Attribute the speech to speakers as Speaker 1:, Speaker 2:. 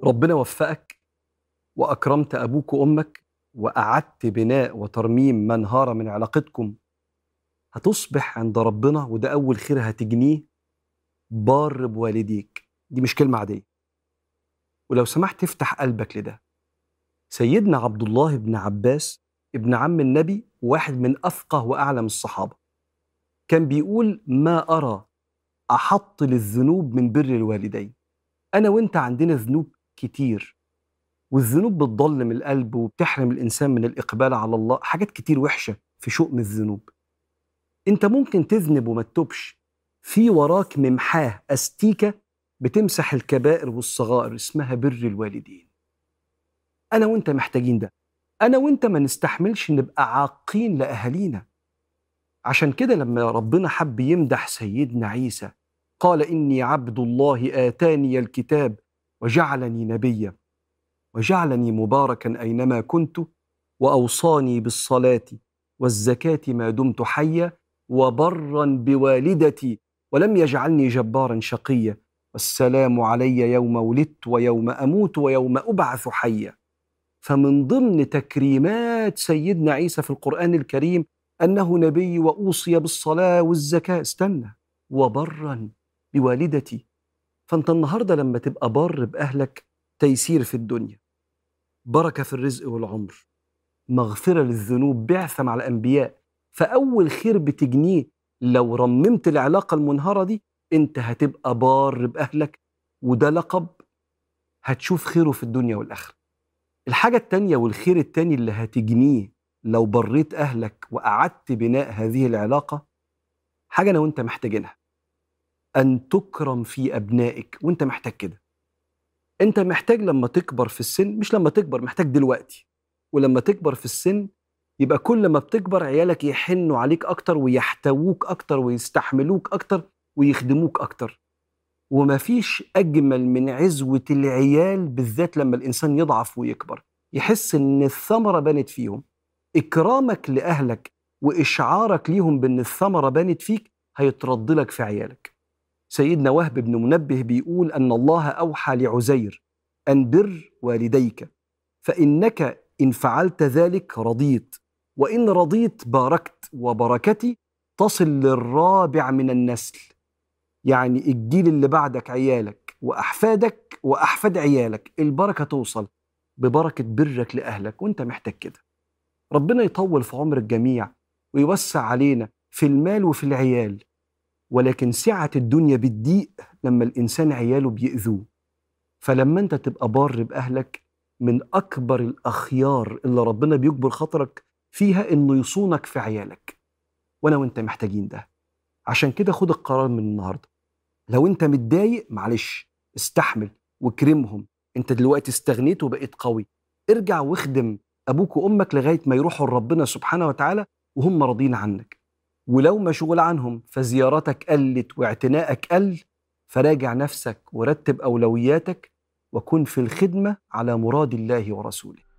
Speaker 1: ربنا وفقك وأكرمت أبوك وأمك وأعدت بناء وترميم ما انهار من علاقتكم، هتصبح عند ربنا، وده أول خير هتجنيه، بار بوالديك. دي مش كلمة عادية، ولو سمحت افتح قلبك لده. سيدنا عبد الله بن عباس ابن عم النبي، واحد من أفقه وأعلم الصحابة، كان بيقول: ما أرى أحط للذنوب من بر الوالدين. أنا وإنت عندنا ذنوب كتير، والذنوب بتضلم القلب وبتحرم الإنسان من الإقبال على الله. حاجات كتير وحشة في شؤم الذنوب. أنت ممكن تذنب وما تتوبش، في وراك ممحاه أستيكة بتمسح الكبائر والصغائر، اسمها بر الوالدين. أنا وإنت محتاجين ده. أنا وإنت ما نستحملش نبقى عاقين لأهالينا. عشان كده لما ربنا حب يمدح سيدنا عيسى قال: إني عبد الله آتاني الكتاب وجعلني نبيا وجعلني مباركا أينما كنت وأوصاني بالصلاة والزكاة ما دمت حيا وبرا بوالدتي ولم يجعلني جبارا شقيا والسلام علي يوم ولدت ويوم أموت ويوم أبعث حيا. فمن ضمن تكريمات سيدنا عيسى في القرآن الكريم أنه نبي وأوصي بالصلاة والزكاة. استنى، وبرا بوالدتي. فأنت النهاردة لما تبقى بار بأهلك، تيسير في الدنيا، بركة في الرزق والعمر، مغفرة للذنوب، بعثة مع الأنبياء. فأول خير بتجنيه لو رممت العلاقة المنهارة دي، أنت هتبقى بار بأهلك، وده لقب هتشوف خيره في الدنيا والآخرة. الحاجة التانية والخير التاني اللي هتجنيه لو بريت أهلك وأعدت بناء هذه العلاقة، حاجة أنا وأنت محتاجينها: أن تكرم في أبنائك. وأنت محتاج كده. أنت محتاج لما تكبر في السن، مش لما تكبر، محتاج دلوقتي. ولما تكبر في السن يبقى كل ما بتكبر عيالك يحنوا عليك أكتر ويحتووك أكتر ويستحملوك أكتر ويخدموك أكتر. ومفيش أجمل من عزوة العيال، بالذات لما الإنسان يضعف ويكبر، يحس إن الثمرة بانت فيهم. إكرامك لأهلك وإشعارك ليهم بأن الثمرة بانت فيك هيترد لك في عيالك. سيدنا وهب بن منبه بيقول أن الله أوحى لعزير أن بر والديك، فإنك إن فعلت ذلك رضيت، وإن رضيت باركت، وبركتي تصل للرابع من النسل. يعني الجيل اللي بعدك، عيالك وأحفادك وأحفاد عيالك، البركة توصل ببركة برك لأهلك. وانت محتاج كده. ربنا يطول في عمر الجميع ويوسع علينا في المال وفي العيال، ولكن سعة الدنيا بتضيق لما الإنسان عياله بيأذوه. فلما انت تبقى بار بأهلك، من أكبر الأخيار اللي ربنا بيجبر خاطرك فيها إنه يصونك في عيالك. وأنا وانت محتاجين ده. عشان كده خد القرار من النهاردة. لو انت متضايق، معلش، استحمل وكرمهم. انت دلوقتي استغنيت وبقيت قوي. ارجع واخدم ابوك وامك لغاية ما يروحوا لربنا سبحانه وتعالى وهم راضين عنك. ولو مشغول عنهم فزياراتك قلت واعتنائك قل، فراجع نفسك ورتب أولوياتك وكن في الخدمة على مراد الله ورسوله.